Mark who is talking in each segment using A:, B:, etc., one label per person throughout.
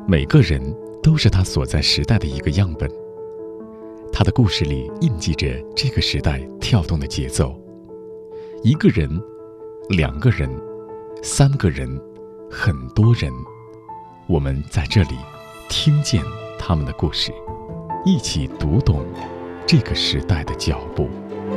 A: 每个人都是他所在时代的一个样本，他的故事里印记着这个时代跳动的节奏。一个人、两个人、三个人、很多人，我们在这里听见他们的故事，一起读懂这个时代的脚步。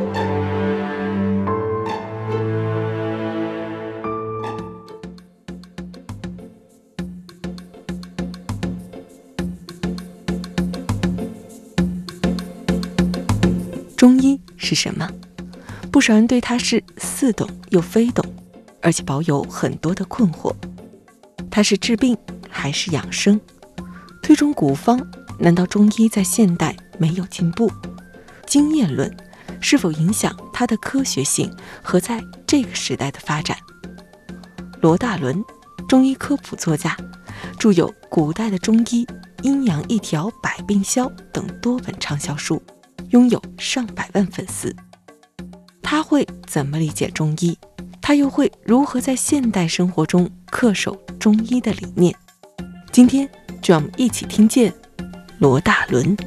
B: 中医是什么？不少人对它是似懂又非懂，而且保有很多的困惑。它是治病还是养生？推崇古方，难道中医在现代没有进步？经验论是否影响它的科学性和在这个时代的发展？罗大伦，中医科普作家，著有《古代的中医》《阴阳一条百病消》等多本畅销书，拥有上百万粉丝。他会怎么理解中医？他又会如何在现代生活中恪守中医的理念？今天就让我们一起听见罗大伦。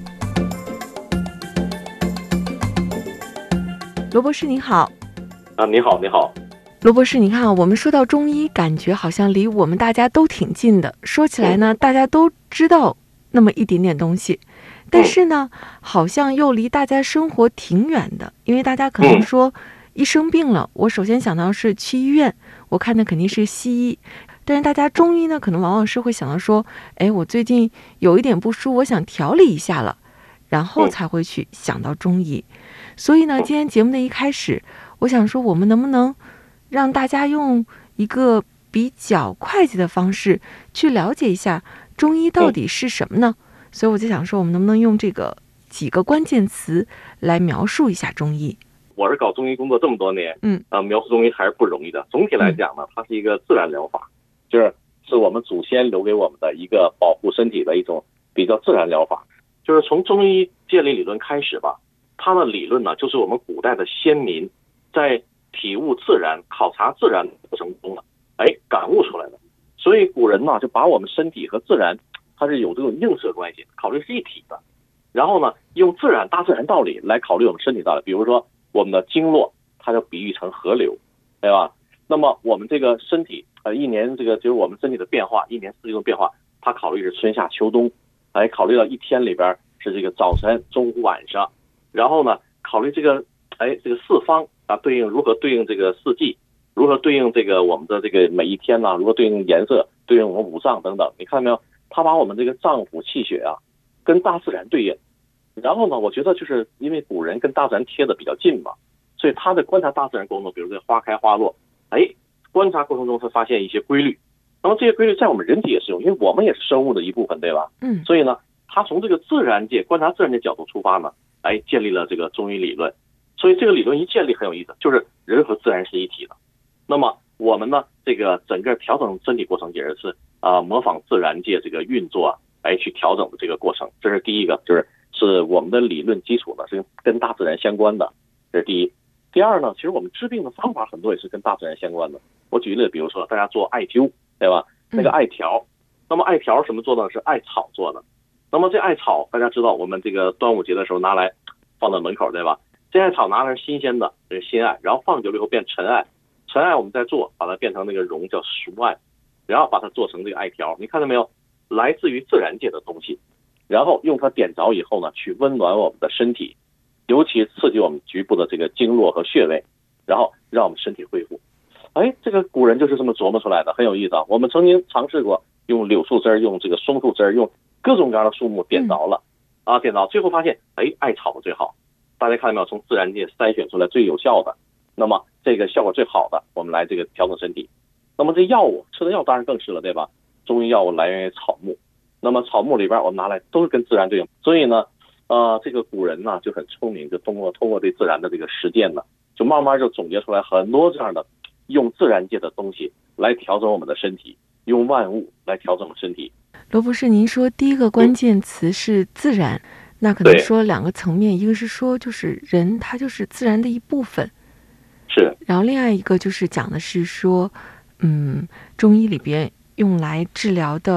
B: 罗博士您好。
C: 你好。
B: 罗博士，你看我们说到中医，感觉好像离我们大家都挺近的。说起来呢，大家都知道那么一点点东西，但是呢，好像又离大家生活挺远的。因为大家可能说，一生病了，我首先想到是去医院，我看的肯定是西医。但是大家中医呢，可能往往是会想到说，我最近有一点不舒服，我想调理一下了，然后才会去想到中医。所以呢，今天节目的一开始，我想说，我们能不能让大家用一个比较快捷的方式去了解一下中医到底是什么呢？所以我就想说，我们能不能用这个几个关键词来描述一下中医？
C: 我是搞中医工作这么多年，描述中医还是不容易的。总体来讲呢，它是一个自然疗法，是我们祖先留给我们的一个保护身体的一种比较自然疗法。就是从中医建立理论开始吧，它的理论呢，就是我们古代的先民在体悟自然、考察自然的过程中呢，感悟出来的。所以古人呢，就把我们身体和自然它是有这种映射关系，考虑是一体的。然后呢，用大自然道理来考虑我们身体道理。比如说我们的经络，它就比喻成河流，对吧？那么我们这个身体，一年这个就是我们身体的变化，一年四季的变化，它考虑是春夏秋冬，考虑到一天里边是这个早晨、中午、晚上。然后呢，考虑这个四方啊，如何对应这个四季，如何对应这个我们的这个每一天呢？如何对应颜色，对应我们五脏等等。你看到没有？他把我们这个脏腑气血啊，跟大自然对应。然后呢，我觉得就是因为古人跟大自然贴的比较近嘛，所以他在观察大自然过程中，比如说花开花落，观察过程中他发现一些规律。那么这些规律在我们人体也适用，因为我们也是生物的一部分，对吧？所以呢，他从这个自然界观察自然界角度出发呢，建立了这个中医理论。所以这个理论一建立很有意思，就是人和自然是一体的。那么我们呢，这个整个调整身体过程也是模仿自然界这个运作去调整的这个过程。这是第一个，是我们的理论基础呢是跟大自然相关的，这是第一。第二呢，其实我们治病的方法很多也是跟大自然相关的。我举例，比如说大家做艾灸，对吧？那个艾条，那么艾条什么做的？是艾草做的。那么这艾草大家知道，我们这个端午节的时候拿来放在门口，对吧？这艾草拿来是新鲜的，这是新艾，然后放久了以后变陈艾，陈艾我们再做，把它变成那个绒叫熟艾，然后把它做成这个艾条。你看到没有？来自于自然界的东西，然后用它点着以后呢，去温暖我们的身体，尤其刺激我们局部的这个经络和穴位，然后让我们身体恢复。这个古人就是这么琢磨出来的，很有意思啊。我们曾经尝试过用柳树枝，用这个松树枝，用各种各样的树木点着了，点着，最后发现艾草最好。大家看到没有？从自然界筛选出来最有效的，那么这个效果最好的，我们来这个调整身体。那么这药物吃的药当然更是了，对吧？中医药物来源于草木，那么草木里边我们拿来都是跟自然对应。所以呢，这个古人呢就很聪明，就通过对自然的这个实践呢，就慢慢就总结出来很多这样的用自然界的东西来调整我们的身体，用万物来调整我们身体。
B: 罗博士，您说第一个关键词是自然，那可能说两个层面，一个是说就是人他就是自然的一部分，
C: 是，
B: 然后另外一个就是讲的是说，中医里边用来治疗的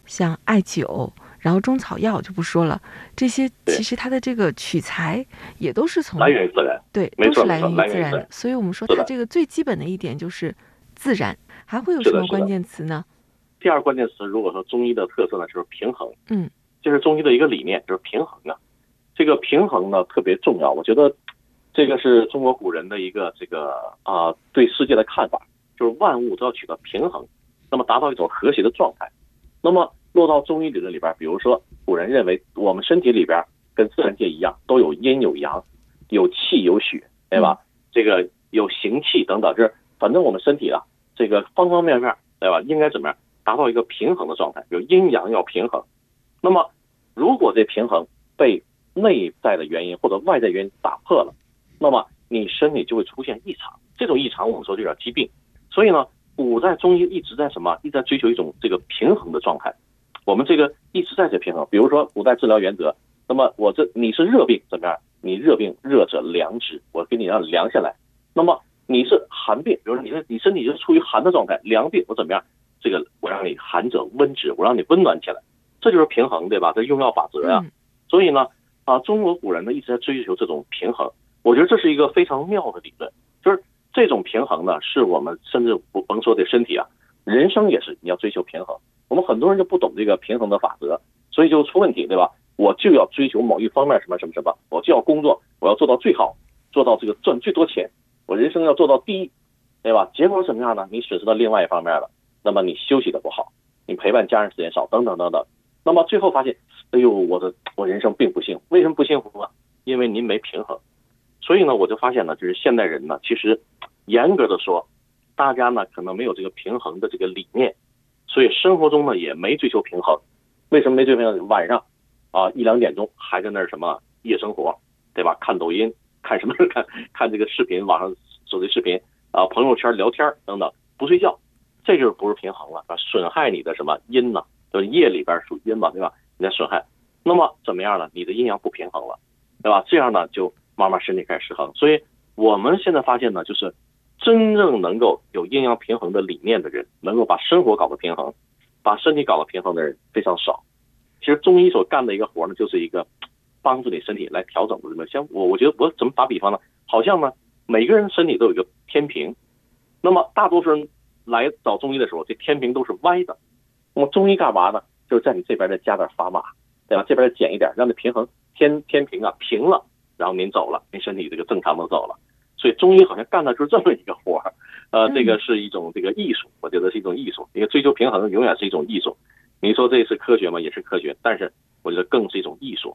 B: 像艾灸，然后中草药就不说了，这些其实它的这个取材也都是从
C: 来源于自然，
B: 对，都是来源于自然的。所以我们说它这个最基本的一点就是自然。还会有什么关键词呢？
C: 第二关键词，如果说中医的特色呢，就是平衡。就是中医的一个理念，就是平衡的。这个平衡呢特别重要，我觉得这个是中国古人的一个对世界的看法，就是万物都要取得平衡，那么达到一种和谐的状态。那么落到中医理论里边，比如说古人认为我们身体里边跟自然界一样，都有阴有阳，有气有血，对吧？这个有形气等等，就是反正我们身体啊，这个方方面面，对吧？应该怎么样达到一个平衡的状态？有阴阳要平衡。那么如果这平衡被内在的原因或者外在原因打破了，那么你身体就会出现异常。这种异常我们说就叫疾病。所以呢，古代中医一直在追求一种这个平衡的状态。我们这个一直在这平衡。比如说古代治疗原则，那么你是热病怎么样？你热病热者凉之，我给你让凉下来。那么你是寒病，比如说你身体是处于寒的状态，凉病我怎么样？这个我让你寒者温之，我让你温暖起来。这就是平衡，对吧？这用药法则呀。所以呢，中国古人呢一直在追求这种平衡。我觉得这是一个非常妙的理论，就是这种平衡呢，是我们甚至不甭说这身体啊，人生也是你要追求平衡。我们很多人就不懂这个平衡的法则，所以就出问题，对吧？我就要追求某一方面什么，我就要工作，我要做到最好，做到这个赚最多钱，我人生要做到第一，对吧？结果怎么样呢？你损失到另外一方面了，那么你休息的不好，你陪伴家人时间少，等等等等。那么最后发现，哎呦，我人生并不幸福。为什么不幸福啊？因为您没平衡。所以呢，我就发现呢，就是现代人呢，其实严格的说，大家呢可能没有这个平衡的这个理念，所以生活中呢也没追求平衡。为什么没追求平衡？晚上1、2点钟还在那儿什么夜生活，对吧？看抖音，看什么？看这个视频，网上手机视频朋友圈聊天等等，不睡觉，这就是不是平衡了，损害你的什么阴呢？就是夜里边属阴嘛，对吧？你在损害，那么怎么样呢？你的阴阳不平衡了，对吧？这样呢，就慢慢身体开始失衡。所以我们现在发现呢，就是真正能够有阴阳平衡的理念的人，能够把生活搞得平衡，把身体搞得平衡的人非常少。其实中医所干的一个活呢，就是一个帮助你身体来调整的。像我觉得我怎么打比方呢？好像呢，每个人身体都有一个天平，那么大多数人来找中医的时候，这天平都是歪的。那么中医干嘛呢？就是在你这边再加点砝码，对吧？这边减一点，让你平衡天平啊平了，然后您走了，您身体这个正常的走了。所以中医好像干的就是这么一个活这个是一种这个艺术，我觉得是一种艺术。因为追求平衡永远是一种艺术。你说这是科学吗？也是科学，但是我觉得更是一种艺术。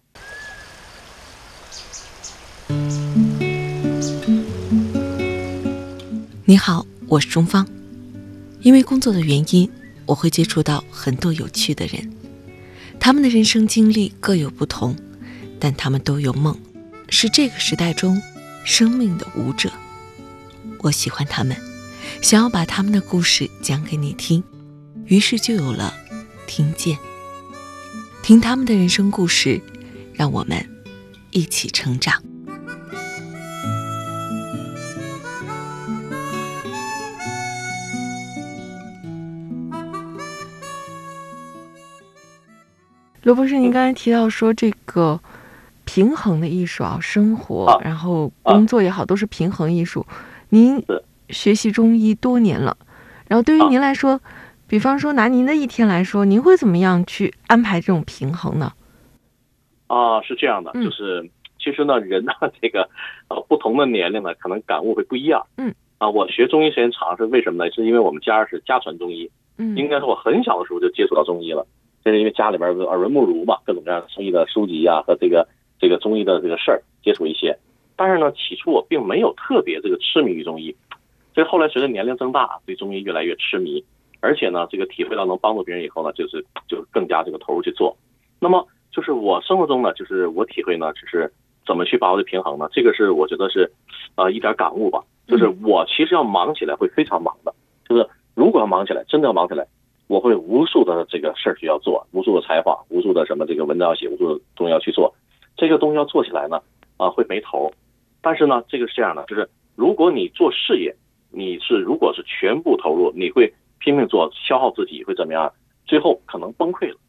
B: 你好，我是钟芳。因为工作的原因，我会接触到很多有趣的人，他们的人生经历各有不同，但他们都有梦，是这个时代中生命的舞者。我喜欢他们，想要把他们的故事讲给你听，于是就有了听见。听他们的人生故事，让我们一起成长。罗博士，您刚才提到说这个平衡的艺术生活然后工作也好，都是平衡艺术。您学习中医多年了，然后对于您来说，比方说拿您的一天来说，您会怎么样去安排这种平衡呢？
C: 是这样的，就是其实呢，人呢这个不同的年龄呢，可能感悟会不一样。我学中医时间长是为什么呢？是因为我们家是家传中医，应该是我很小的时候就接触到中医了。这是因为家里边耳闻目睹嘛，各种各样的中医的书籍和这个中医的这个事儿接触一些。但是呢，起初我并没有特别这个痴迷于中医，这后来随着年龄增大，对中医越来越痴迷，而且呢，这个体会到能帮助别人以后呢，就更加这个投入去做。那么就是我生活中呢，就是我体会呢，就是怎么去把握这平衡呢？这个是我觉得是一点感悟吧。就是我其实要忙起来会非常忙的，就是如果要忙起来，真的要忙起来。我会无数的这个事儿需要做，无数的采访，无数的什么这个文章要写，无数的东西要去做。这个东西要做起来呢，会没头。但是呢，这个是这样的，就是如果你做事业，如果是全部投入，你会拼命做，消耗自己会怎么样？最后可能崩溃了。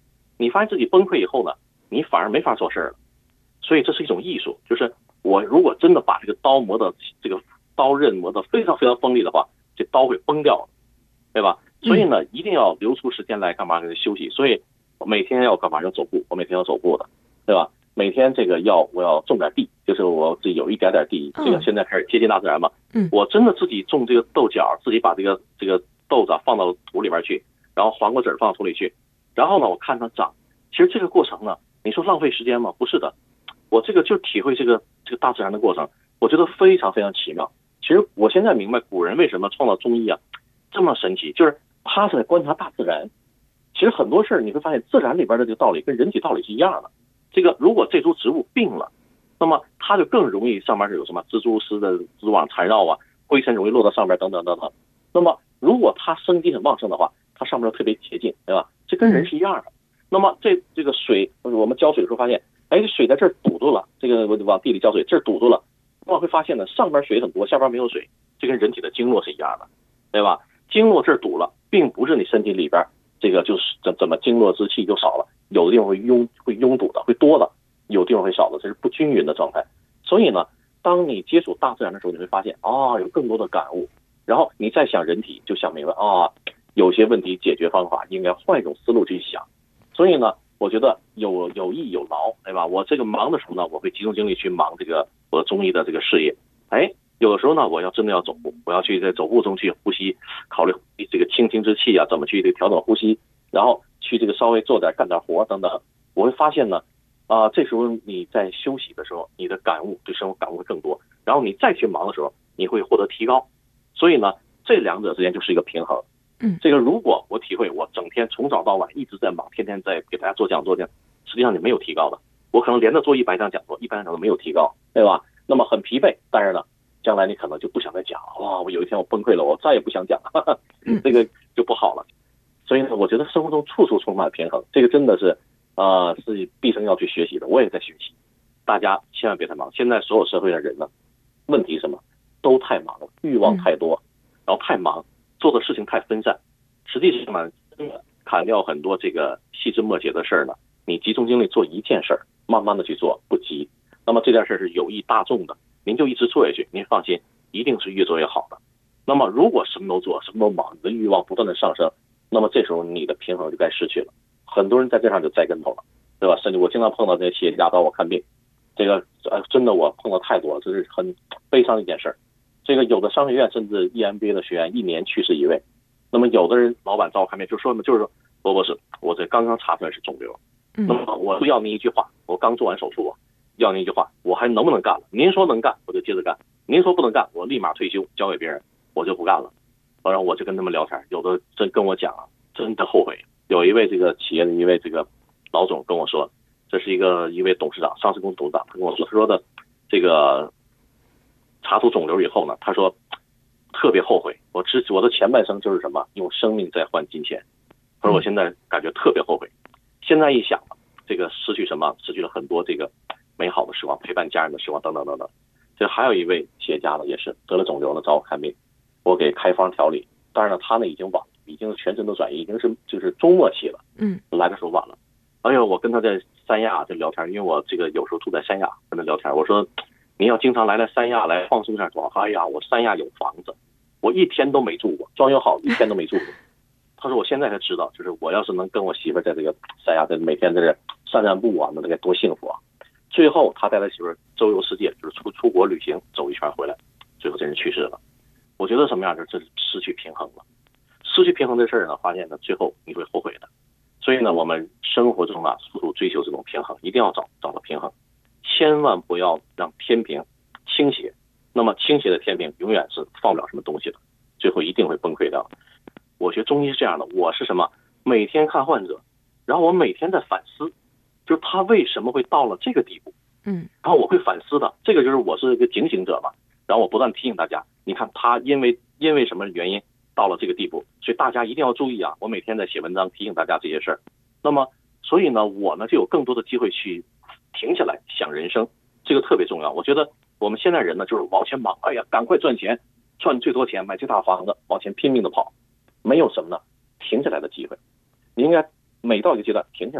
C: 你发现自己崩溃以后呢，你反而没法做事了。所以这是一种艺术，就是我如果真的把这个刀磨的这个刀刃磨得非常非常锋利的话，这刀会崩掉，对吧？所以呢，一定要留出时间来干嘛？给休息。所以我每天要干嘛？要走步，我每天要走步的，对吧？每天这个我要种点地，就是我自己有一点点地，这个现在开始贴近大自然嘛。我真的自己种这个豆角，自己把这个豆子放到土里边去，然后黄瓜籽放到土里去，然后呢，我看它长。其实这个过程呢，你说浪费时间吗？不是的，我这个就体会这个大自然的过程，我觉得非常非常奇妙。其实我现在明白古人为什么创造中医啊，这么神奇，就是他是在观察大自然。其实很多事儿你会发现，自然里边的这个道理跟人体道理是一样的。这个如果这株植物病了，那么它就更容易上面是有什么蜘蛛丝的蜘蛛网缠绕啊，灰尘容易落到上面等等等等。那么如果它生机很旺盛的话，它上面就特别洁净，对吧？这跟人是一样的。那么这个水，我们浇水的时候发现，哎，水在这儿堵住了，这个往地里浇水，这儿堵住了，那么会发现呢，上边水很多，下边没有水，这跟人体的经络是一样的，对吧？经络这儿堵了，并不是你身体里边这个就是怎么经络之气就少了，有的地方会拥堵的，会多的，有地方会少的，这是不均匀的状态。所以呢，当你接触大自然的时候，你会发现有更多的感悟，然后你再想人体，就想明白有些问题解决方法应该换一种思路去想。所以呢，我觉得有益有劳，对吧？我这个忙的时候呢，我会集中精力去忙这个我中医的这个事业。有的时候呢，我真的要走步，我要去在走步中去呼吸，考虑这个清之气啊，怎么去调整呼吸，然后去这个稍微干点活等等。我会发现呢，这时候你在休息的时候，你的感悟对生活感悟会更多，然后你再去忙的时候，你会获得提高。所以呢，这两者之间就是一个平衡。这个如果我体会我整天从早到晚一直在忙，天天在给大家做讲座，实际上你没有提高的。我可能连着做100场讲座，100场讲座没有提高，对吧？那么很疲惫，但是呢，将来你可能就不想再讲，我有一天我崩溃了，我再也不想讲了，这个就不好了。所以呢，我觉得生活中处处充满平衡，这个真的是是毕生要去学习的。我也在学习，大家千万别太忙。现在所有社会的人呢，问题是什么？都太忙了，欲望太多，然后太忙，做的事情太分散。实际上呢，砍掉很多这个细枝末节的事儿呢，你集中精力做一件事儿，慢慢的去做，不急。那么这件事是有益大众的，您就一直做下去，您放心，一定是越做越好的。那么如果什么都做，什么都忙，你的欲望不断的上升，那么这时候你的平衡就该失去了。很多人在这上就栽跟头了，对吧？甚至我经常碰到这些企业家找我看病，这个真的我碰到太多了，这是很悲伤的一件事儿。这个有的商学院甚至 EMBA 的学员1年去世一位，那么有的人老板找我看病就说罗博士，我这刚刚查出来是肿瘤，那么我就要您一句话，我刚做完手术，要您一句话，我还能不能干了？您说能干，我就接着干；您说不能干，我立马退休，交给别人，我就不干了。然后我就跟他们聊天，有的真跟我讲真的后悔。有一位这个企业的一位这个老总跟我说，这是一位董事长，上市公司董事长，他跟我说的这个查出肿瘤以后呢，他说特别后悔，我的前半生就是什么，用生命在换金钱。他说我现在感觉特别后悔。现在一想，这个失去什么？失去了很多这个美好的时光，陪伴家人的时光等等等等。这还有一位企业家呢，也是得了肿瘤呢，找我看病，我给开方调理。当然了，他呢已经全身都转移，已经是就是中末期了。来的时候晚了。哎呦，我跟他在三亚在聊天，因为我这个有时候住在三亚，跟他聊天，我说您要经常来三亚来放松一下多好。哎呀，我三亚有房子，我一天都没住过，装修好1天都没住过。他说我现在才知道，就是我要是能跟我媳妇在这个三亚，在每天在这散步啊，那该多幸福啊！最后他带他媳妇周游世界，就是出国旅行，走一圈回来，最后这人去世了。我觉得什么样，这是失去平衡了。失去平衡的事儿呢，发现呢最后你会后悔的。所以呢，我们生活中啊，处处追求这种平衡，一定要找到平衡，千万不要让天平倾斜。那么倾斜的天平永远是放不了什么东西的，最后一定会崩溃掉。我觉得中医是这样的，我是什么？每天看患者，然后我每天在反思，就是他为什么会到了这个地步，然后我会反思的，这个就是我是一个警醒者嘛，然后我不断提醒大家，你看他因为什么原因到了这个地步，所以大家一定要注意啊！我每天在写文章提醒大家这些事儿，那么所以呢，我呢就有更多的机会去停下来想人生，这个特别重要。我觉得我们现在人呢就是往前忙，哎呀，赶快赚钱，赚最多钱，买最大房子，往前拼命的跑，没有什么呢停下来的机会。你应该每到一个阶段停下来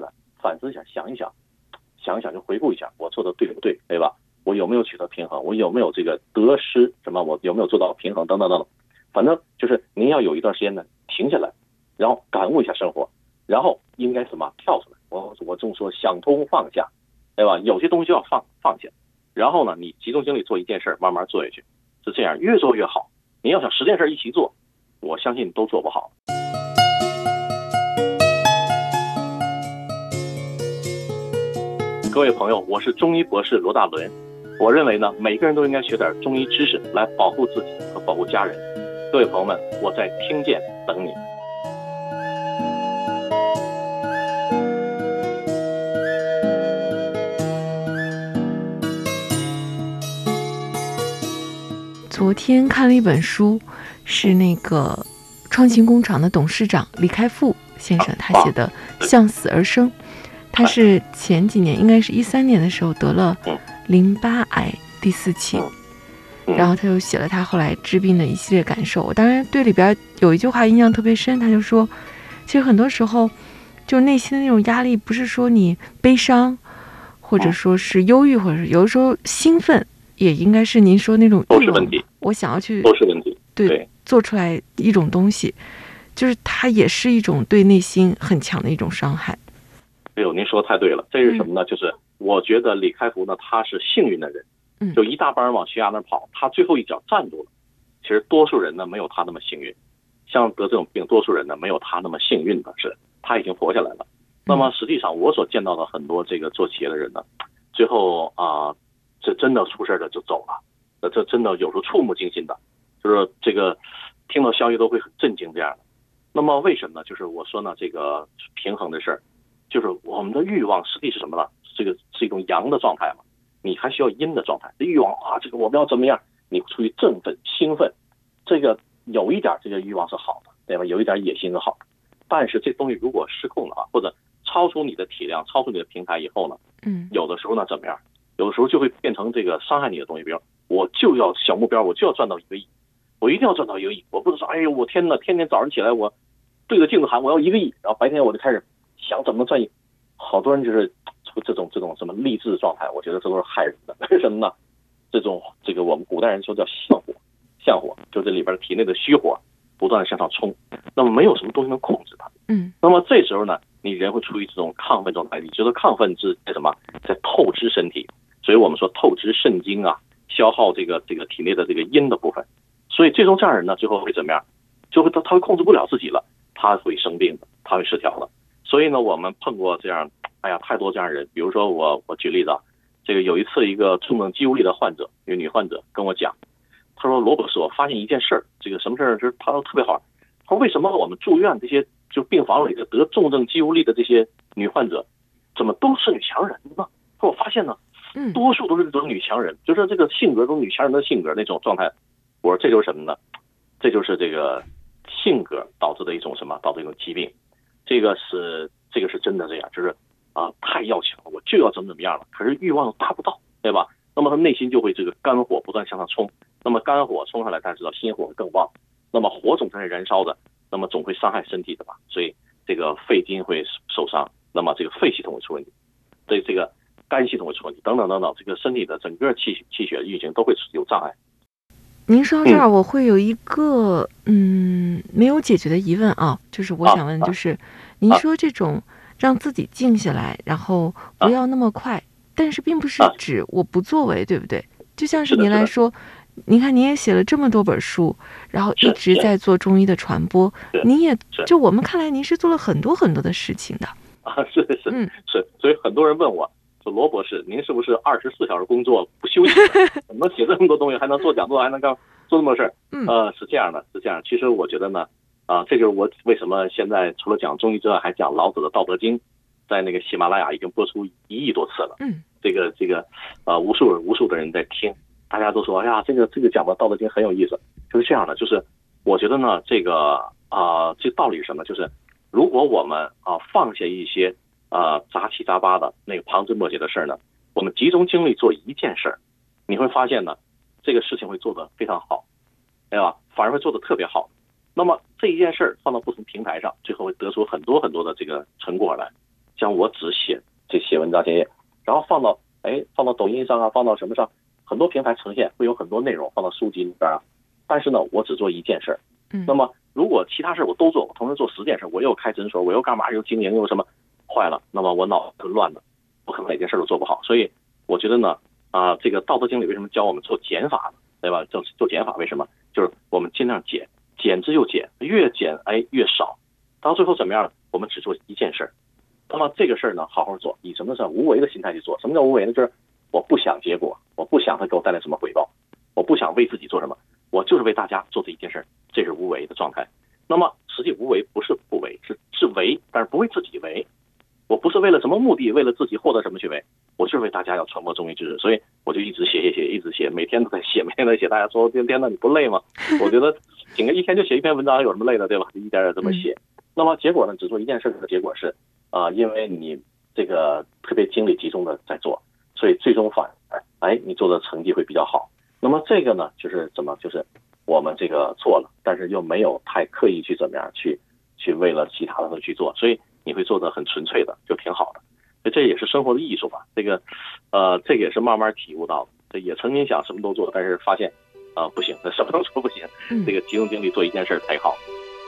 C: 反思一下，想一想就回顾一下我做的对不对，对吧？我有没有取得平衡？我有没有这个得失什么？我有没有做到平衡？等等等等。反正就是您要有一段时间呢停下来，然后感悟一下生活，然后应该什么跳出来。我这么说，想通放下，对吧？有些东西就要放下，然后呢，你集中精力做一件事，慢慢做下去，是这样，越做越好。你要想10件事一起做，我相信都做不好。各位朋友，我是中医博士罗大伦。我认为呢，每个人都应该学点中医知识来保护自己和保护家人。各位朋友们，我在听见等你。
B: 昨天看了一本书，是那个创新工厂的董事长李开复先生他写的《向死而生》。他是前几年，应该是13年的时候得了淋巴癌第4期，然后他又写了他后来治病的一系列感受。我当然对里边有一句话印象特别深，他就说，其实很多时候就内心的那种压力，不是说你悲伤，或者说是忧郁，或者是有的时候兴奋，也应该是您说那种欲望，我想要去
C: 都是问题，
B: 对，做出来一种东西，就是它也是一种对内心很强的一种伤害。
C: 哎呦，您说的太对了，这是什么呢？就是我觉得李开复呢，他是幸运的人，就一大帮人往悬崖那跑，他最后一脚站住了。其实多数人呢没有他那么幸运，像得这种病，多数人呢没有他那么幸运的是，他已经活下来了。那么实际上我所见到的很多这个做企业的人呢，最后这真的出事了就走了，这真的有时候触目惊心的，就是这个听到消息都会很震惊这样的。那么为什么呢？就是我说呢，这个平衡的事儿。就是我们的欲望实际是什么呢？这个是一种阳的状态嘛，你还需要阴的状态。这欲望这个我们要怎么样？你出于振奋、兴奋，这个有一点这个欲望是好的，对吧？有一点野心是好的。但是这东西如果失控了或者超出你的体量、超出你的平台以后呢，有的时候呢怎么样？有的时候就会变成这个伤害你的东西。比如我就要小目标，我就要赚到1个亿，我一定要赚到1个亿。我不是说哎呦我天哪，天天早上起来我对着镜子喊我要1个亿，然后白天我就开始想怎么赚1，好多人就是出这种什么励志状态，我觉得这都是害人的。为什么呢？这个我们古代人说叫相火，就这里边体内的虚火不断的向上冲，那么没有什么东西能控制它。那么这时候呢，你人会处于这种亢奋状态，你觉得亢奋是在什么？在透支身体，所以我们说透支肾精啊，消耗这个体内的这个阴的部分。所以最终这样人呢，最后会怎么样？他会控制不了自己了，他会生病的，他会失调了。所以呢，我们碰过这样，太多这样的人。比如说我举例子啊，这个有一次一个重症肌无力的患者，一个女患者跟我讲，她说罗博士，我发现一件事儿，这个什么事儿？就是她说特别好，她说为什么我们住院这些就病房里的得重症肌无力的这些女患者，怎么都是女强人呢？说我发现呢，多数都是这种女强人，就是这个性格，这种女强人的性格那种状态。我说这就是什么呢？这就是这个性格导致的一种什么？导致一种疾病。这个是真的这样，就是太要强了，我就要怎么样了，可是欲望达不到，对吧？那么他内心就会这个肝火不断向上冲，那么肝火冲上来，大家知道心火更旺，那么火总在燃烧的，那么总会伤害身体的吧？所以这个肺经会受伤，那么这个肺系统会出问题，这个肝系统会出问题，等等等等，这个身体的整个气血运行都会有障碍。
B: 您说到这儿，我会有一个没有解决的疑问啊，就是我想问，就是您说这种让自己静下来，然后不要那么快，但是并不是指我不作为，对不对？就像是您来说，您看您也写了这么多本书，然后一直在做中医的传播，您也就我们看来，您是做了很多很多的事情的
C: 是，所以很多人问我。说罗博士，您是不是24小时工作不休息？怎么写这么多东西，还能做讲座，还能做这么多事儿？是这样的，是这样。其实我觉得呢，这就是我为什么现在除了讲中医之外，还讲老子的《道德经》，在那个喜马拉雅已经播出1亿多次了。这个无数的人在听，大家都说，哎呀，这个讲的《道德经》很有意思。就是这样的，就是我觉得呢，这道理是什么？就是如果我们放下一些杂七杂八的那个旁枝末节的事儿呢，我们集中精力做一件事儿，你会发现呢，这个事情会做得非常好，对吧？反而会做得特别好。那么这一件事儿放到不同平台上，最后会得出很多很多的这个成果来。 像我只写文章写，然后放到抖音上啊，放到什么上，很多平台呈现会有很多内容放到书籍里边啊，但是呢，我只做一件事儿。那么如果其他事我都做，我同时做10件事，我又开诊所，我又干嘛，又经营又什么，坏了，那么我脑子乱了，我可能每件事都做不好。所以我觉得呢，这个《道德经》里为什么教我们做减法呢？对吧？做减法，为什么？就是我们尽量减之又减，越减越少，到最后怎么样呢？我们只做一件事儿。那么这个事儿呢，好好做，以什么叫无为的心态去做。什么叫无为呢？就是我不想结果，我不想它给我带来什么回报，我不想为自己做什么，我就是为大家做这一件事儿，这是无为的状态。那么实际无为不是不为，是为，但是不为自己为。我不是为了什么目的，为了自己获得什么去为，我就是为大家要传播中医知识，所以我就一直写，一直写，每天都在写，每天都在写。大家说天呐，你不累吗？我觉得整个一天就写一篇文章有什么累的，对吧？一点点这么写。那么结果呢，只做一件事的结果是因为你这个特别精力集中的在做，所以最终反而你做的成绩会比较好。那么这个呢，就是就是我们这个做了，但是又没有太刻意去怎么样去为了其他的去做，所以你会做的很纯粹的，就挺好的。这也是生活的艺术吧。这个也是慢慢体悟到的。这也曾经想什么都做，但是发现不行，什么都做不行。这个集中精力做一件事才好。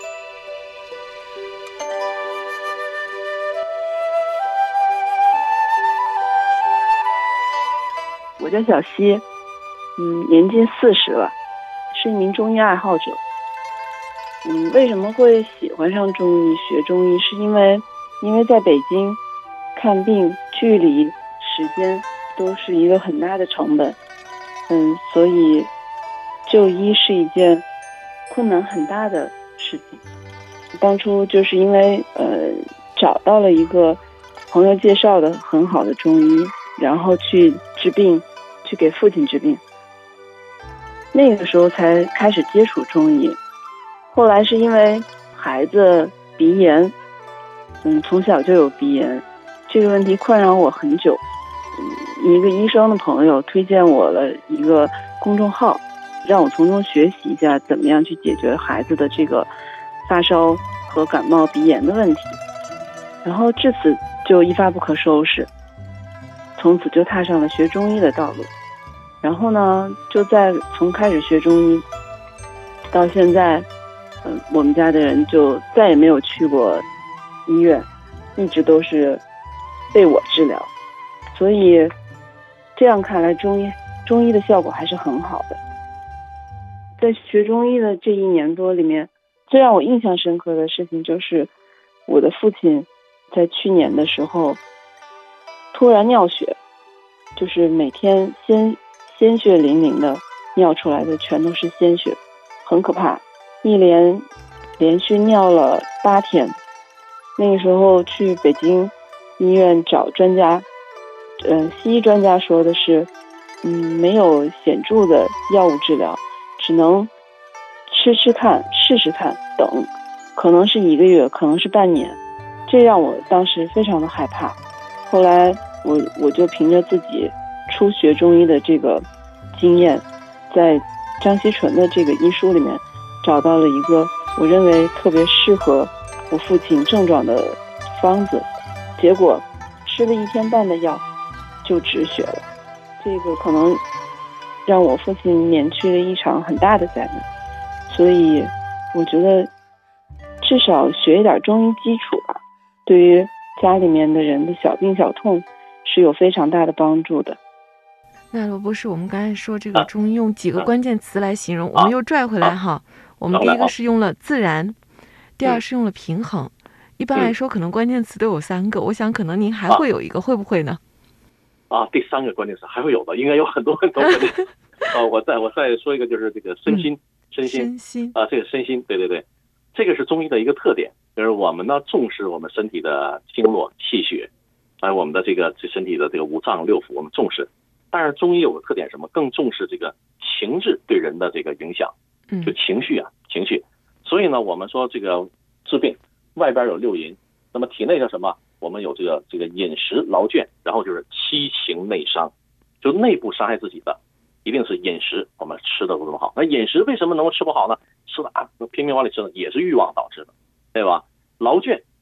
D: 我叫小西，年近40了，是一名中医爱好者。为什么会喜欢上中医、学中医？是因为在北京看病距离、时间都是一个很大的成本，所以就医是一件困难很大的事情。当初就是因为找到了一个朋友介绍的很好的中医，然后去治病，去给父亲治病。那个时候才开始接触中医。后来是因为孩子鼻炎，从小就有鼻炎，这个问题困扰我很久。一个医生的朋友推荐我了一个公众号，让我从中学习一下怎么样去解决孩子的这个发烧和感冒鼻炎的问题。然后至此就一发不可收拾，从此就踏上了学中医的道路。然后呢，就从开始学中医到现在，我们家的人就再也没有去过医院，一直都是被我治疗。所以这样看来，中医的效果还是很好的。在学中医的这1年多里面，最让我印象深刻的事情就是我的父亲在去年的时候突然尿血，就是每天鲜血淋淋的尿出来的全都是鲜血，很可怕，连续尿了8天。那个时候去北京医院找专家，西医专家说的是没有显著的药物治疗，只能吃看试试看，等可能是1个月，可能是半年。这让我当时非常的害怕。后来我就凭着自己初学中医的这个经验，在张锡纯的这个医书里面找到了一个我认为特别适合我父亲症状的方子，结果吃了1天半的药就止血了。这个可能让我父亲免去了一场很大的灾难。所以我觉得至少学一点中医基础吧，对于家里面的人的小病小痛是有非常大的帮助的。
B: 那罗博士，我们刚才说这个中医用几个关键词来形容，我们又拽回来哈。我们第一个是用了自然，第二是用了平衡。一般来说可能关键词都有3个，我想可能您还会有一个，会不会呢？
C: 第3个关键词还会有的，应该有很多关键词。我再说一个，就是这个身心这个身心，对，这个是中医的一个特点，就是我们呢重视我们身体的经络气血，还有我们的这身体的这个5脏6腑，我们重视。但是中医有个特点，什么？更重视这个情志对人的这个影响，就情绪。所以呢，我们说这个治病，外边有6淫，那么体内叫什么？我们有这个饮食劳倦，然后就是七情内伤，就内部伤害自己的，一定是饮食，我们吃的不怎么好。那饮食为什么能够吃不好呢？吃的拼命往里吃的也是欲望导致的，对吧？劳倦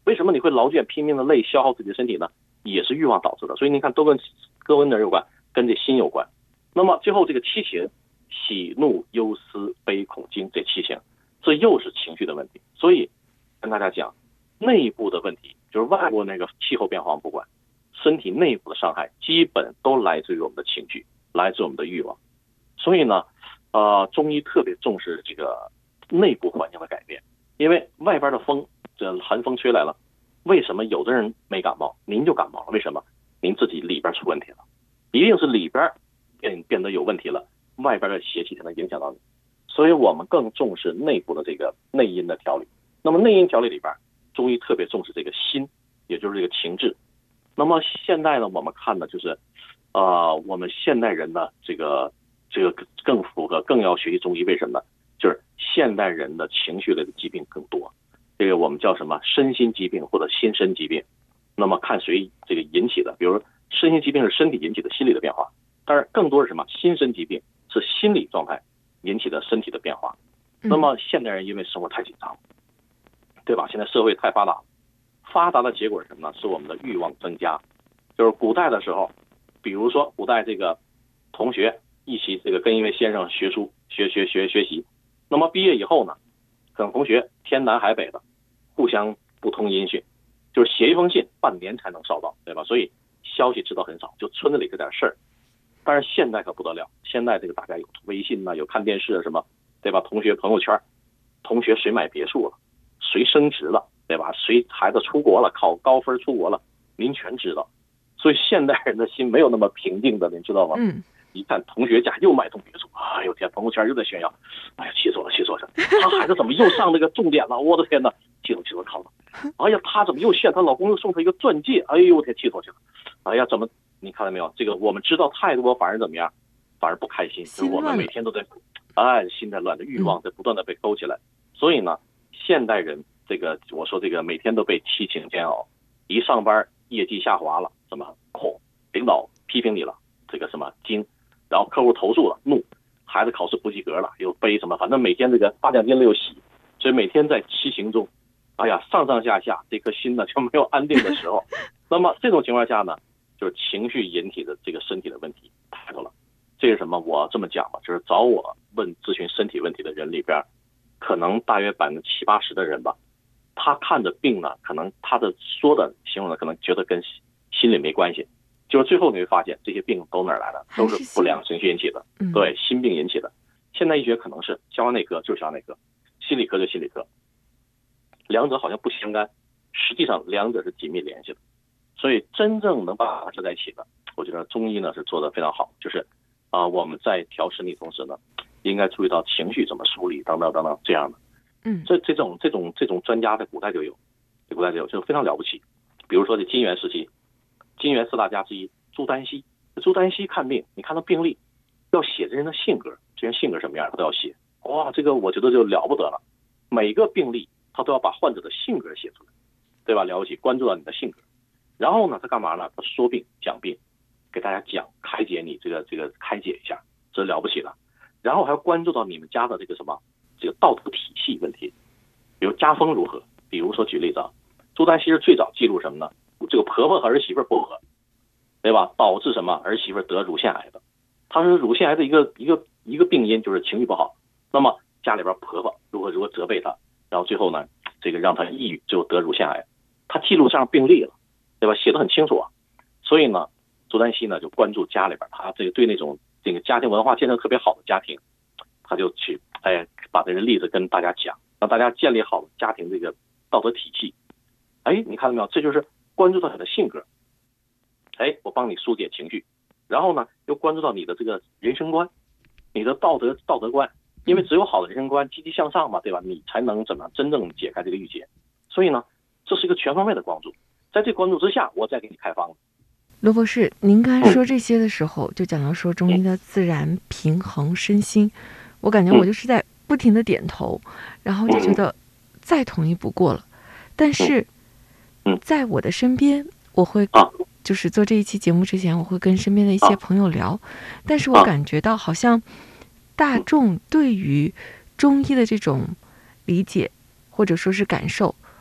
C: 为什么你会劳倦拼命的累消耗自己的身体呢？也是欲望导致的。所以您看都跟哪儿有关？跟这心有关。那么最后这个七情，喜怒忧思悲恐惊，这七情，这又是情绪的问题。所以跟大家讲，内部的问题就是外部那个气候变化不管，身体内部的伤害基本都来自于我们的情绪，来自于我们的欲望。所以呢中医特别重视这个内部环境的改变。因为外边的风，这寒风吹来了，为什么有的人没感冒，您就感冒了？为什么？您自己里边出问题了，一定是里边变得有问题了，外边的邪气才能影响到你。所以我们更重视内部的这个内因的调理。那么内因调理里边，中医特别重视这个心，也就是这个情志。那么现在呢，我们看的就是我们现代人呢，这个更符合，更要学习中医。为什么呢？就是现代人的情绪类的疾病更多，这个我们叫什么身心疾病或者心身疾病。那么看谁这个引起的，比如身心疾病是身体引起的心理的变化，但是更多是什么？心身疾病是心理状态引起的身体的变化。那么现代人因为生活太紧张，对吧？现在社会太发达，发达的结果是什么呢？是我们的欲望增加。就是古代的时候，比如说古代这个同学一起这个跟一位先生学书学习，那么毕业以后呢，可能同学天南海北的，互相不通音讯，就是写一封信半年才能捎到，对吧？所以消息知道很少，就村子里这点事儿。但是现在可不得了，现在这个大家有微信啊，有看电视啊什么，对吧？同学朋友圈，同学谁买别墅了，谁升职了，对吧？谁孩子出国了，考高分出国了，您全知道。所以现代人的心没有那么平静的，您知道吗？一看同学家又买栋别墅，哎呦天，朋友圈又在炫耀，哎呀气死我了！他孩子怎么又上那个重点了？我的天哪，气死我了！哎呀，他怎么又炫？她老公又送她一个钻戒，哎呦天，气死我了！哎呀，怎么你看到没有？这个我们知道太多，反而怎么样？反而不开心。就是我们每天都在，心在乱的，欲望在不断的被勾起来。所以呢，现代人这个我说这个每天都被七情煎熬，一上班业绩下滑了，什么恐，领导批评你了，这个什么惊。然后客户投诉了，怒；孩子考试不及格了，又悲什么，反正每天这个发奖金了又喜，所以每天在七情中，哎呀，上上下下，这颗心呢就没有安定的时候。那么这种情况下呢，就是情绪引起的这个身体的问题太多了。这是什么？我这么讲吧，就是找我问咨询身体问题的人里边，可能大约70%-80%的人吧，他看的病呢，可能他的说的形容的可能觉得跟心理没关系。就是最后你会发现这些病都哪儿来的？都是不良情绪引起的，对，心病引起的。现代医学可能是消化内科就是消化内科，心理科就是心理科，两者好像不相干，实际上两者是紧密联系的。所以真正能把它合在一起的，我觉得中医呢是做得非常好。就是我们在调身体同时呢，应该注意到情绪怎么梳理等等等等这样的。这种专家在古代就有，就非常了不起。比如说这金元时期。金元4大家之一朱丹溪看病，你看他病历要写这人的性格，这人性格什么样他都要写。哇，这个我觉得就了不得了，每个病历他都要把患者的性格写出来，对吧？了不起，关注到你的性格。然后呢，他干嘛呢？他说病讲病，给大家讲开解你这个开解一下，这是了不起的。然后还要关注到你们家的这个道德体系问题，比如家风如何。比如说举例子朱丹溪是最早记录什么呢？这个婆婆和儿媳妇不和，对吧？导致什么？儿媳妇得乳腺癌的。她是乳腺癌的一个病因，就是情绪不好。那么家里边婆婆如何责备她，然后最后呢，这个让她抑郁，最后得乳腺癌。她记录上病历了，对吧？写得很清楚啊。所以呢，朱丹溪呢就关注家里边，他这个对那种这个家庭文化建设特别好的家庭，他就去把这个例子跟大家讲，让大家建立好家庭这个道德体系。你看到没有？这就是关注到你的性格，我帮你疏解情绪，然后呢，又关注到你的这个人生观，你的道德观，因为只有好的人生观，积极向上嘛，对吧？你才能怎么真正解开这个郁结。所以呢，这是一个全方位的关注，在这关注之下，我再给你开方。
B: 罗博士，您刚才说这些的时候，就讲到说中医的自然平衡身心，我感觉我就是在不停的点头，然后就觉得再统一不过了。但是在我的身边，我会就是做这一期节目之前，我会跟身边的一些朋友聊，但是我感觉到好像大众对于中医的这种理解或者说是感受，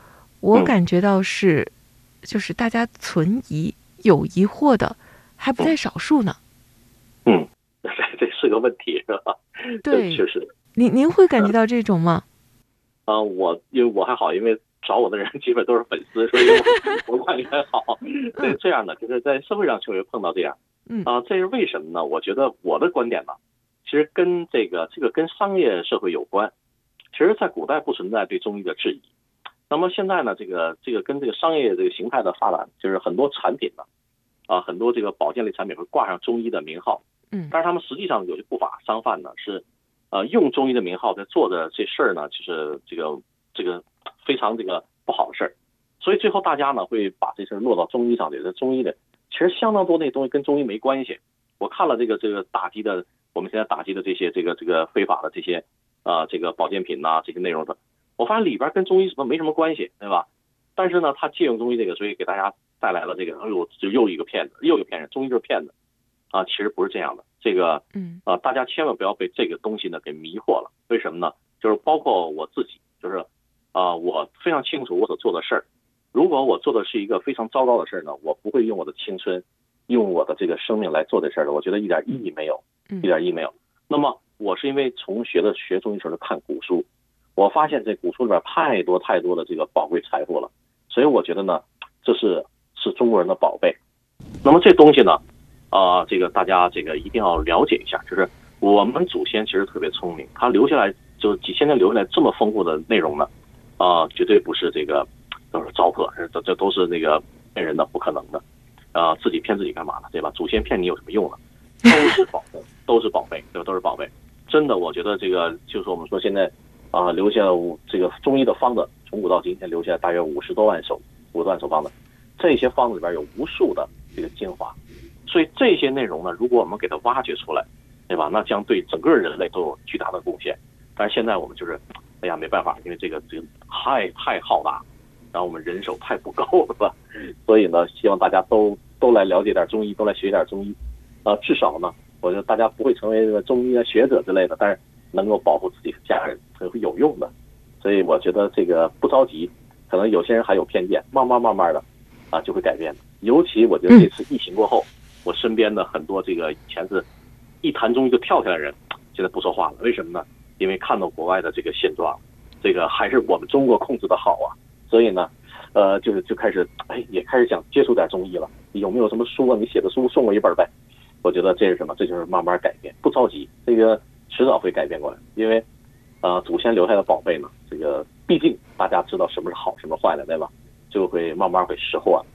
B: 我感觉到是，就是大家存疑、有疑惑的还不在少数呢。
C: 这是个问题，是吧？
B: 对，
C: 确实。
B: 您会感觉到这种吗？
C: 因为我还好，因为找我的人基本都是粉丝，所以我感觉还好。对，这样的就是在社会上就会碰到这样。这是为什么呢？我觉得我的观点呢，其实跟这个跟商业社会有关。其实，在古代不存在对中医的质疑。那么现在呢，这个跟这个商业这个形态的发展，就是很多产品呢，很多这个保健类产品会挂上中医的名号。但是他们实际上有些不法商贩呢是，用中医的名号在做的这事儿呢，就是这个非常这个不好的事儿。所以最后大家呢会把这事儿落到中医上去。这中医的其实相当多那东西跟中医没关系。我看了这个打击的，我们现在打击的这些这个非法的这些这个保健品呐，这些内容的，我发现里边跟中医没什么关系，对吧？但是呢，他借用中医这个，所以给大家带来了这个，就又一个骗子，又一个骗人，中医就是骗子其实不是这样的。这个大家千万不要被这个东西呢给迷惑了。为什么呢？就是包括我自己，就是我非常清楚我所做的事儿。如果我做的是一个非常糟糕的事儿呢，我不会用我的青春，用我的这个生命来做这事儿的。我觉得一点意义没有，一点意义没有。那么我是因为从学中医时候看古书，我发现这古书里边太多的这个宝贵财富了，所以我觉得呢，这是中国人的宝贝。那么这东西呢，这个大家这个一定要了解一下，就是我们祖先其实特别聪明，他留下来就几千年留下来这么丰富的内容呢，绝对不是这个都是糟粕，这都是那个骗人的，不可能的。自己骗自己干嘛呢？对吧？祖先骗你有什么用呢？都是宝贝，都是宝贝，对吧？都是宝贝。真的，我觉得这个就是我们说现在留下这个中医的方子，从古到今天留下大约50多万首方子，这些方子里边有无数的这个精华，所以这些内容呢，如果我们给它挖掘出来，对吧？那将对整个人类都有巨大的贡献。但是现在我们就是，哎呀，没办法，因为这个太浩大，然后我们人手太不够了，所以呢，希望大家都来了解点中医，都来学点中医，至少呢，我觉得大家不会成为这个中医的学者之类的，但是能够保护自己的家人，会有用的。所以我觉得这个不着急，可能有些人还有偏见，慢慢的就会改变的。尤其我觉得这次疫情过后，我身边的很多这个以前是一谈中医就跳起来的人，现在不说话了。为什么呢？因为看到国外的这个现状，这个还是我们中国控制的好啊。所以呢，就开始也开始想接触点中医了。有没有什么书啊？你写的书送我一本呗。我觉得这是什么？这就是慢慢改变，不着急，这个迟早会改变过来。因为祖先留下的宝贝呢，这个毕竟大家知道什么是好，什么坏的，对吧？就会慢慢会识货。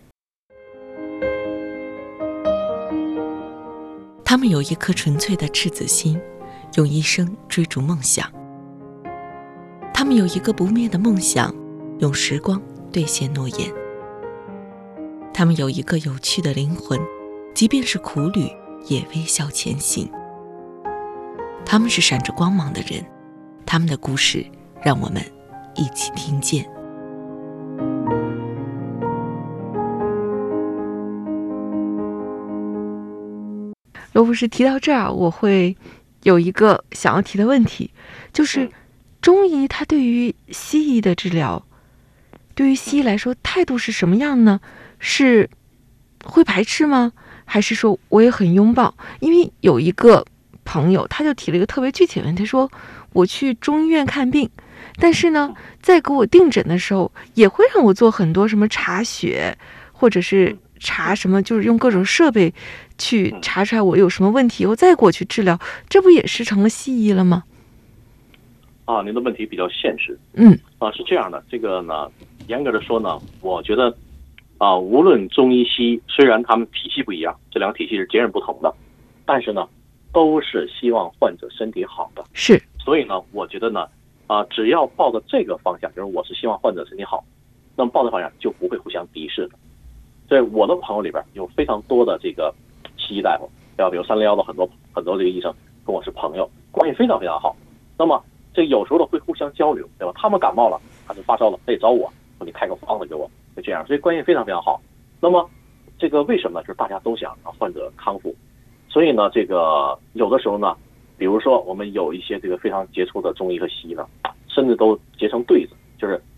B: 他们有一颗纯粹的赤子心，用一生追逐梦想。他们有一个不灭的梦想，用时光兑现诺言。他们有一个有趣的灵魂，即便是苦旅也微笑前行。他们是闪着光芒的人，他们的故事让我们一起听见。罗博士提到这儿，我会有一个想要提的问题，就是中医它对于西医的治疗，对于西医来说态度是什么样呢？是会排斥吗？还是说我也很拥抱？因为有一个朋友他就提了一个特别具体的问题，他说我去中医院看病，但是呢在给我定诊的时候也会让我做很多什么查血，或者是查什么，就是用各种设备去查出来我有什么问题以后再给我去治疗，这不也是成了西医了吗？
C: 您的问题比较现实。是这样的，这个呢，严格的说呢，我觉得无论中医西医，虽然他们体系不一样，这两个体系是截然不同的，但是呢，都是希望患者身体好的。
B: 是。
C: 所以呢，我觉得呢，只要抱着这个方向，就是我是希望患者身体好，那么抱着方向就不会互相敌视的。在我的朋友里边有非常多的这个西医大夫，比如361的很多这个医生跟我是朋友，关系非常非常好。那么这有时候呢会互相交流，对吧？他们感冒了，他就发烧了，找我说你开个方子给我，就这样，所以关系非常非常好。那么这个为什么？就是大家都想让患者康复，所以呢，这个有的时候呢，比如说我们有一些这个非常杰出的中医和西医呢，甚至都结成对子，就是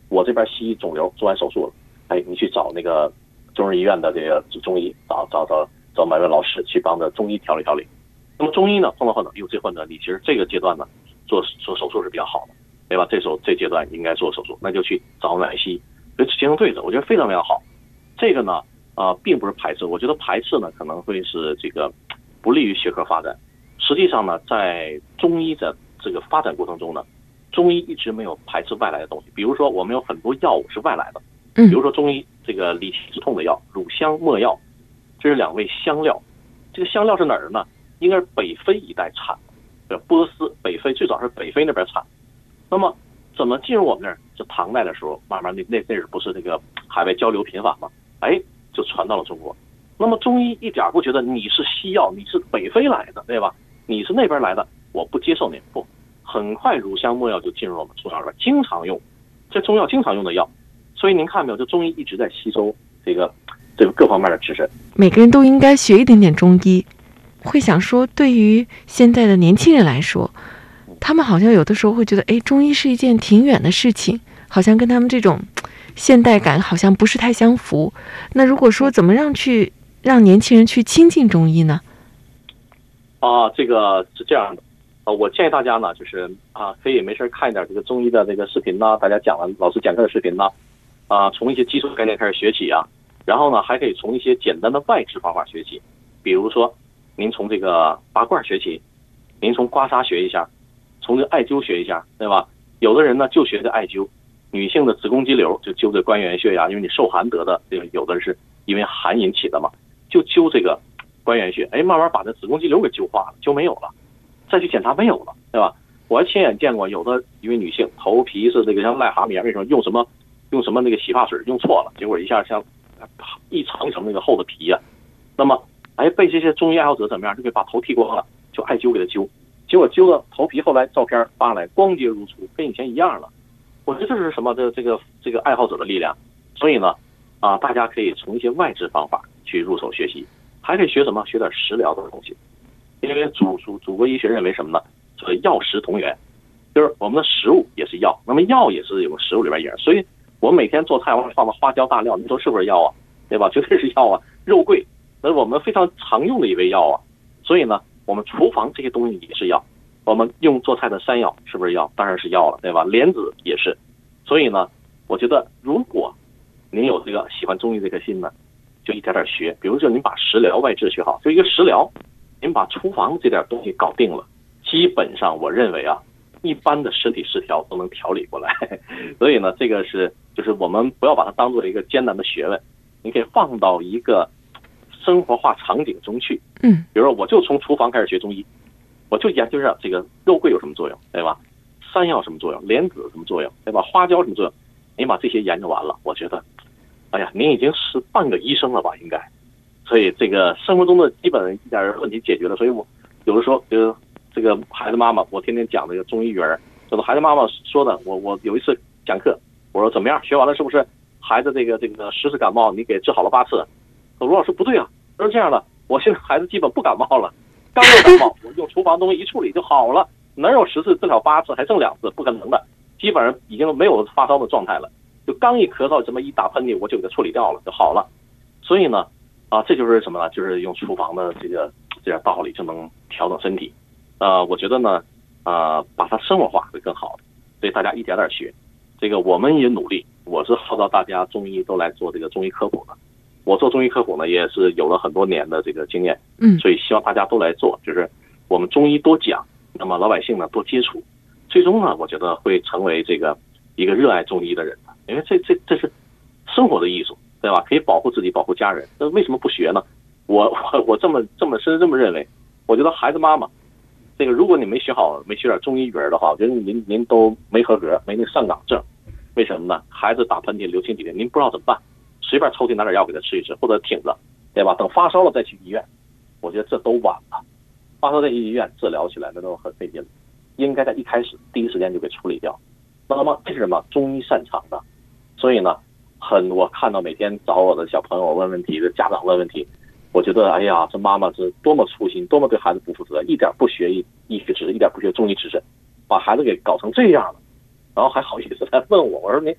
C: 我这边西医肿瘤做完手术了，哎，你去找那个中日医院的这个中医，找每位老师去帮着中医调理调理。那么中医呢，碰到患者，这患者你其实这个阶段呢做手术是比较好的，对吧？这阶段应该做手术，那就去找哪西医，所以结成对子，我觉得非常非常好。这个呢并不是排斥，我觉得排斥呢可能会是这个不利于学科发展。实际上呢，在中医的这个发展过程中呢，中医一直没有排斥外来的东西。比如说我们有很多药物是外来的，比如说中医这个理气止痛的药乳香没药，这是2味香料。这个香料是哪儿呢？应该是北非一带产的，波斯、北非，最早是北非那边产。那么怎么进入我们那儿？就唐代的时候，慢慢那时不是这个海外交流频繁嘛，哎，就传到了中国。那么中医一点不觉得你是西药，你是北非来的，对吧？你是那边来的，我不接受你。不，很快乳香没药就进入了我们中药里，经常用，这中药经常用的药。所以您看没有，这中医一直在吸收这个各方面的知识。
B: 每个人都应该学一点点中医。会想说，对于现在的年轻人来说，他们好像有的时候会觉得，哎，中医是一件挺远的事情，好像跟他们这种现代感好像不是太相符。那如果说怎么让年轻人去亲近中医呢？
C: 这个是这样的，我建议大家呢，就是可以没事看一点这个中医的这个视频呐，大家讲了老师讲课的视频呐，从一些基础概念开始学起啊，然后呢，还可以从一些简单的外治方法学起，比如说您从这个拔罐学起，您从刮痧学一下，从这艾灸学一下，对吧？有的人呢就学这艾灸，女性的子宫肌瘤就灸这关元穴呀，因为你受寒得的，有的是因为寒引起的嘛，就灸这个关元穴，哎，慢慢把这子宫肌瘤给灸化了，灸没有了，再去检查没有了，对吧？我还亲眼见过有的一位女性头皮是这个像癞蛤蟆，为什么用什么那个洗发水用错了，结果一下像一层一层那个厚的皮呀，那么被这些中医爱好者怎么样，就给把头剃光了，就艾灸给他灸，结果灸了头皮，后来照片发来光洁如初，跟以前一样了。我觉得这是什么？这个爱好者的力量。所以呢，大家可以从一些外治方法去入手学习，还可以学什么？学点食疗的东西。因为祖国医学认为什么呢？所谓药食同源，就是我们的食物也是药，那么药也是有食物里边也是。所以我们每天做菜往里放的花椒大料，你说是不是药啊？对吧？绝对是药啊。肉桂，那是我们非常常用的一味药啊。所以呢，我们厨房这些东西也是药。我们用做菜的山药是不是药？当然是药了，对吧？莲子也是。所以呢，我觉得如果您有这个喜欢中医这颗心呢，就一点点学。比如说您把食疗外治学好，就一个食疗，您把厨房这点东西搞定了，基本上我认为一般的身体失调都能调理过来。所以呢，这个就是我们不要把它当做一个艰难的学问，你可以放到一个生活化场景中去。比如说我就从厨房开始学中医，我就研究一下这个肉桂有什么作用，对吧？山药什么作用？莲子有什么作用，对吧？花椒什么作用？你把这些研究完了，我觉得，哎呀，您已经是半个医生了吧？应该。所以这个生活中的基本一点问题解决了。所以我有的时候就是这个孩子妈妈，我天天讲这个中医育儿，就是孩子妈妈说的。我有一次讲课，我说怎么样？学完了是不是孩子这个10次感冒你给治好了8次？罗老师不对啊，他说这样的，我现在孩子基本不感冒了。刚有感冒，我用厨房东西一处理就好了，哪有10次治疗8次，还剩2次？不可能的，基本上已经没有发烧的状态了。就刚一咳嗽，这么一打喷嚏，我就给它处理掉了，就好了。所以呢，这就是什么呢？就是用厨房的这点道理就能调整身体。我觉得呢，把它生活化会更好的。所以大家一点点学，这个我们也努力。我是号召大家中医都来做这个中医科普的。我做中医科普呢，也是有了很多年的这个经验，所以希望大家都来做，就是我们中医多讲，那么老百姓呢多接触，最终呢，我觉得会成为这个一个热爱中医的人的，因为这是生活的艺术，对吧？可以保护自己，保护家人，那为什么不学呢？我这么深这么认为，我觉得孩子妈妈，这个如果你没学好，没学点中医育儿的话，我觉得您都没合格，没那上岗证，为什么呢？孩子打喷嚏流清几天，您不知道怎么办。随便抽屉拿点药给他吃一吃，或者挺着，对吧？等发烧了再去医院，我觉得这都晚了。发烧再去医院治疗起来那都很费劲，应该在一开始第一时间就给处理掉。那么这是什么？中医擅长的。所以呢，我看到每天找我的小朋友问问题的家长问问题，我觉得哎呀，这妈妈是多么粗心，多么对孩子不负责，一点不学医学知识，一点不学中医知识，把孩子给搞成这样了，然后还好意思来问我，我说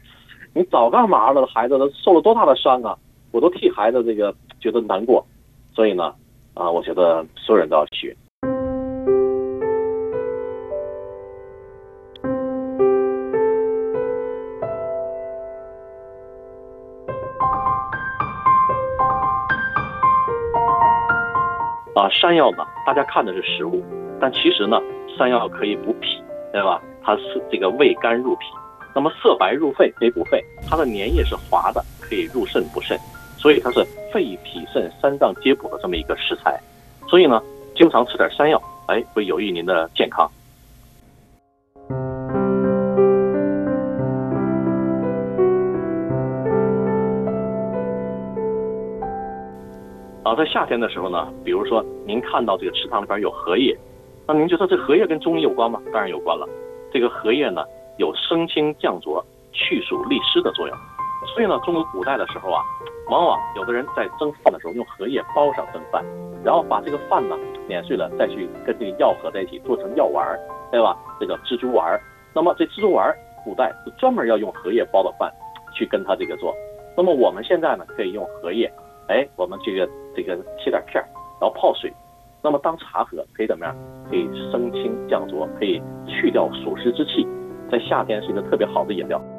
C: 你早干嘛了？孩子都受了多大的伤啊！我都替孩子这个觉得难过。所以呢，我觉得所有人都要学。山药呢，大家看的是食物，但其实呢，山药可以补脾，对吧？它是这个味甘入脾，那么色白入肺，可以补肺。它的粘液是滑的，可以入肾补肾，所以它是肺脾肾三脏皆补的这么一个食材。所以呢，经常吃点山药，会有益您的健康。在夏天的时候呢，比如说您看到这个池塘里边有荷叶，那您觉得这荷叶跟中医有关吗？当然有关了。这个荷叶呢，有生清降浊、去暑利湿的作用。所以呢，中国古代的时候往往有的人在蒸饭的时候用荷叶包上蒸饭，然后把这个饭呢碾碎了，再去跟这个药合在一起做成药丸，对吧？这叫蜘蛛丸。那么这蜘蛛丸，古代是专门要用荷叶包的饭去跟它这个做。那么我们现在呢，可以用荷叶。我们这个切点片，然后泡水，那么当茶喝，可以怎么样？可以生清降浊，可以去掉暑湿之气，在夏天是一个特别好的饮料。